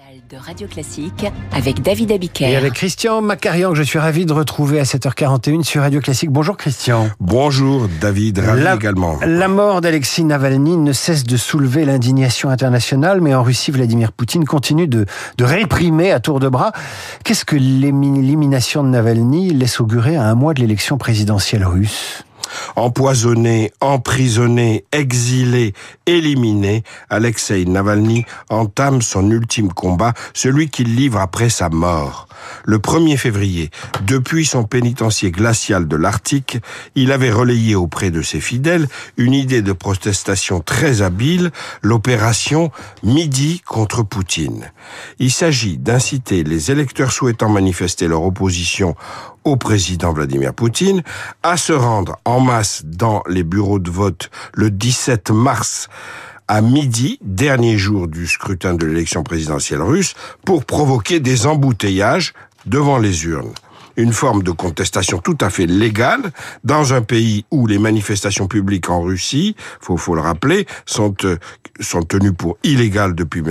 De Radio Classique avec David Abiker. Et avec Christian Macarian, que je suis ravi de retrouver à 7h41 sur Radio Classique. Bonjour Christian. Bonjour David, ravi également. La mort d'Alexeï Navalny ne cesse de soulever l'indignation internationale, mais en Russie, Vladimir Poutine continue de réprimer à tour de bras. Qu'est-ce que l'élimination de Navalny laisse augurer à un mois de l'élection présidentielle russe ? Empoisonné, emprisonné, exilé, éliminé, Alexeï Navalny entame son ultime combat, celui qu'il livre après sa mort. Le 1er février, depuis son pénitencier glacial de l'Arctique, il avait relayé auprès de ses fidèles une idée de protestation très habile, l'opération Midi contre Poutine. Il s'agit d'inciter les électeurs souhaitant manifester leur opposition au président Vladimir Poutine à se rendre en masse dans les bureaux de vote le 17 mars à midi, dernier jour du scrutin de l'élection présidentielle russe, pour provoquer des embouteillages devant les urnes. Une forme de contestation tout à fait légale dans un pays où les manifestations publiques en Russie, faut le rappeler, sont tenues pour illégales depuis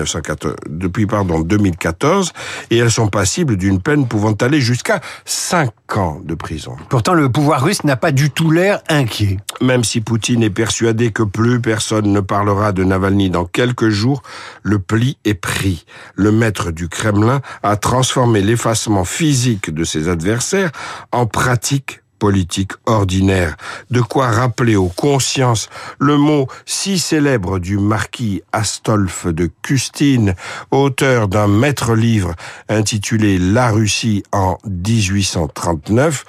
2014 et elles sont passibles d'une peine pouvant aller jusqu'à 5 ans de prison. Pourtant, le pouvoir russe n'a pas du tout l'air inquiet. Même si Poutine est persuadé que plus personne ne parlera de Navalny dans quelques jours, le pli est pris. Le maître du Kremlin a transformé l'effacement physique de ses adversaires en pratique politique ordinaire. De quoi rappeler aux consciences le mot si célèbre du marquis Astolphe de Custine, auteur d'un maître livre intitulé La Russie en 1839,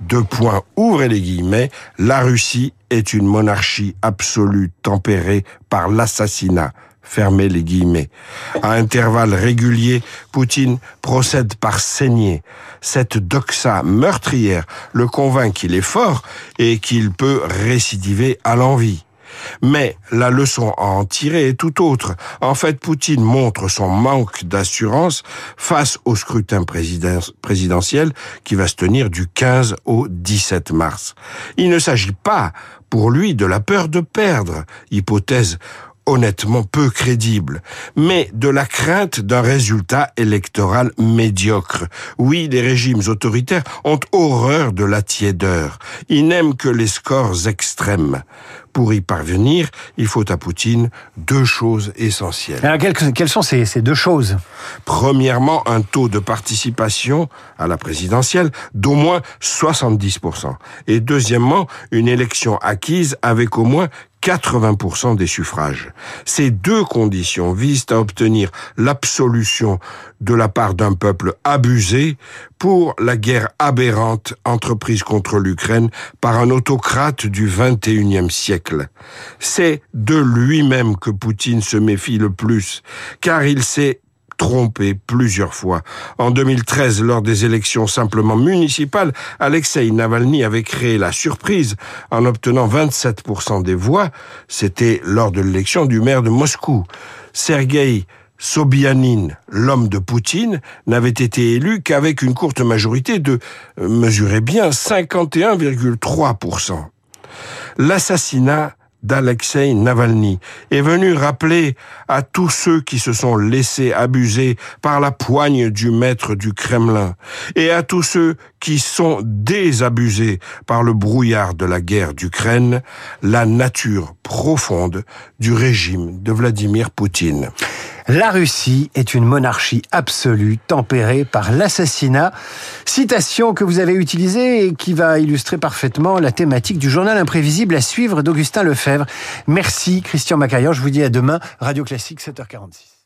ouvrez les guillemets, la Russie est une monarchie absolue tempérée par l'assassinat. Fermez les guillemets. À intervalles réguliers, Poutine procède par saignée. Cette doxa meurtrière le convainc qu'il est fort et qu'il peut récidiver à l'envi. Mais la leçon à en tirer est tout autre. En fait, Poutine montre son manque d'assurance face au scrutin présidentiel qui va se tenir du 15 au 17 mars. Il ne s'agit pas, pour lui, de la peur de perdre, hypothèse honnêtement peu crédible, mais de la crainte d'un résultat électoral médiocre. Oui, les régimes autoritaires ont horreur de la tiédeur. Ils n'aiment que les scores extrêmes. Pour y parvenir, il faut à Poutine 2 choses essentielles. Alors, quelles sont ces 2 choses ? Premièrement, un taux de participation à la présidentielle d'au moins 70%. Et deuxièmement, une élection acquise avec au moins 80% des suffrages. Ces 2 conditions visent à obtenir l'absolution de la part d'un peuple abusé pour la guerre aberrante entreprise contre l'Ukraine par un autocrate du XXIe siècle. C'est de lui-même que Poutine se méfie le plus, car il s'est trompé plusieurs fois. En 2013, lors des élections simplement municipales, Alexeï Navalny avait créé la surprise en obtenant 27% des voix. C'était lors de l'élection du maire de Moscou. Sergueï Sobyanin, l'homme de Poutine, n'avait été élu qu'avec une courte majorité de, mesurez bien, 51,3%. L'assassinat d'Alexeï Navalny est venu rappeler à tous ceux qui se sont laissés abuser par la poigne du maître du Kremlin et à tous ceux qui sont désabusés par le brouillard de la guerre d'Ukraine, la nature profonde du régime de Vladimir Poutine. La Russie est une monarchie absolue, tempérée par l'assassinat. Citation que vous avez utilisée et qui va illustrer parfaitement la thématique du journal imprévisible à suivre d'Augustin Lefebvre. Merci Christian Macarian, je vous dis à demain, Radio Classique 7h46.